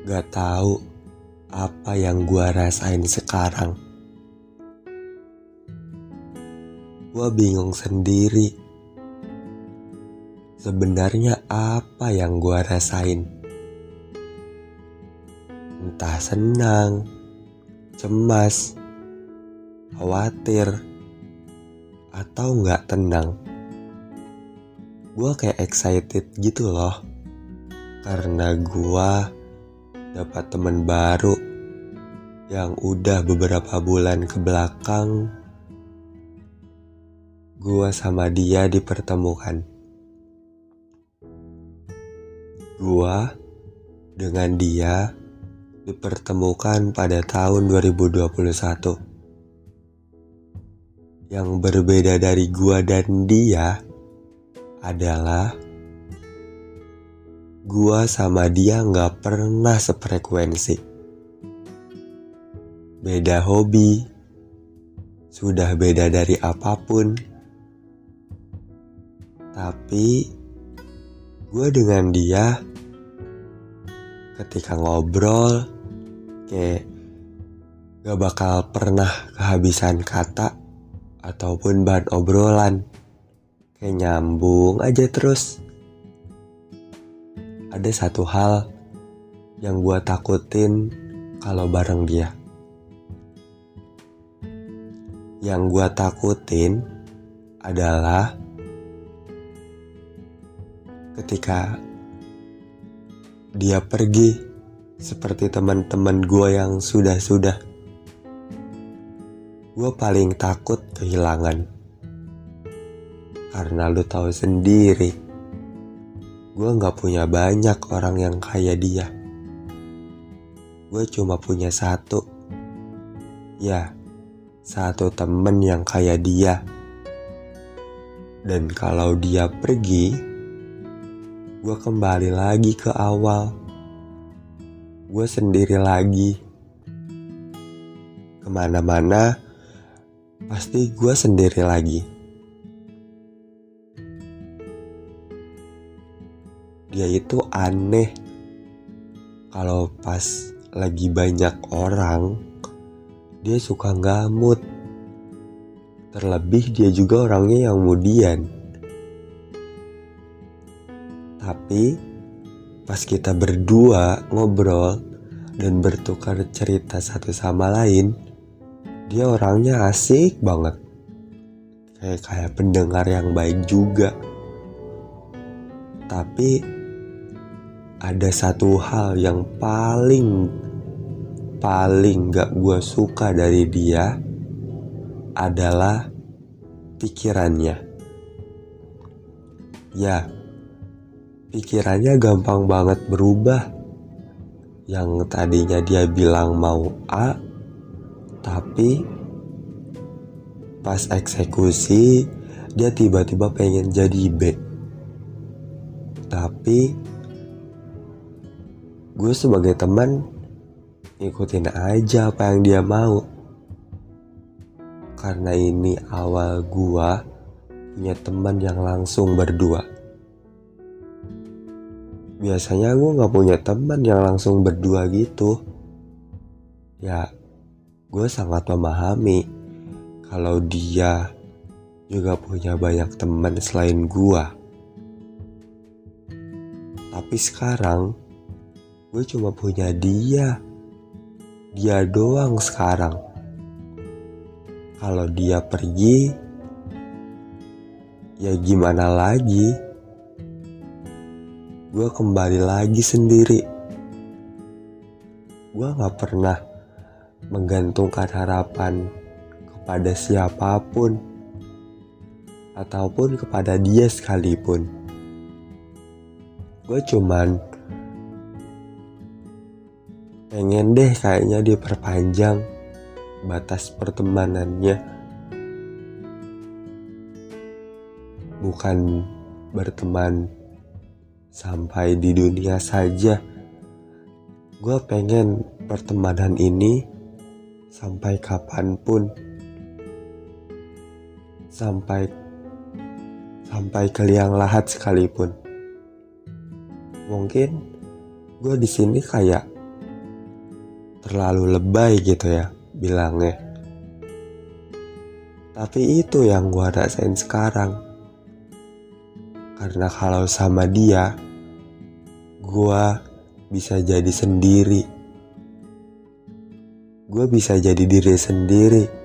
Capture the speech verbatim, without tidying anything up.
Gak tahu apa yang gua rasain sekarang. Gua bingung sendiri. Sebenarnya apa yang gua rasain? Entah senang, cemas, khawatir, atau gak tenang. Gua kayak excited gitu loh. Karena gua dapat teman baru yang udah beberapa bulan ke belakang gua sama dia dipertemukan. Gua dengan dia dipertemukan pada tahun dua ribu dua puluh satu. Yang berbeda dari gua dan dia adalah gua sama dia gak pernah sefrekuensi. Beda hobi, sudah beda dari apapun. Tapi gua dengan dia ketika ngobrol kayak gak bakal pernah kehabisan kata ataupun bahan obrolan. Kayak nyambung aja terus. Ada satu hal yang gue takutin kalau bareng dia. Yang gue takutin adalah ketika dia pergi seperti teman-teman gue yang sudah-sudah. Gue paling takut kehilangan. Karena lu tahu sendiri, gue gak punya banyak orang yang kayak dia. Gue cuma punya satu. Ya, satu temen yang kayak dia. Dan kalau dia pergi, gue kembali lagi ke awal. Gue sendiri lagi. Kemana-mana, pasti gue sendiri lagi. Dia itu aneh. Kalau pas lagi banyak orang, dia suka gamut. Terlebih dia juga orangnya yang mudian. Tapi pas kita berdua ngobrol dan bertukar cerita satu sama lain, dia orangnya asik banget. Kayak kayak pendengar yang baik juga. Tapi ada satu hal yang paling paling gak gue suka dari dia adalah pikirannya. Ya, pikirannya gampang banget berubah. Yang tadinya dia bilang mau A, tapi pas eksekusi dia tiba-tiba pengen jadi B. Tapi gue sebagai teman ikutin aja apa yang dia mau. Karena ini awal gue punya teman yang langsung berdua. Biasanya gue gak punya teman yang langsung berdua gitu. Ya, gue sangat memahami kalau dia juga punya banyak teman selain gue. Tapi sekarang gue cuma punya dia. Dia doang sekarang. Kalau dia pergi, ya gimana lagi? Gue kembali lagi sendiri. Gue gak pernah menggantungkan harapan kepada siapapun ataupun kepada dia sekalipun. Gue cuman pengen deh kayaknya diperpanjang batas pertemanannya. Bukan berteman sampai di dunia saja. Gue pengen pertemanan ini sampai kapanpun. Sampai Sampai ke liang lahat sekalipun. Mungkin gue di sini kayak terlalu lebay gitu ya bilangnya. Tapi itu yang gue rasain sekarang. Karena kalau sama dia, gue bisa jadi sendiri. Gue bisa jadi diri sendiri.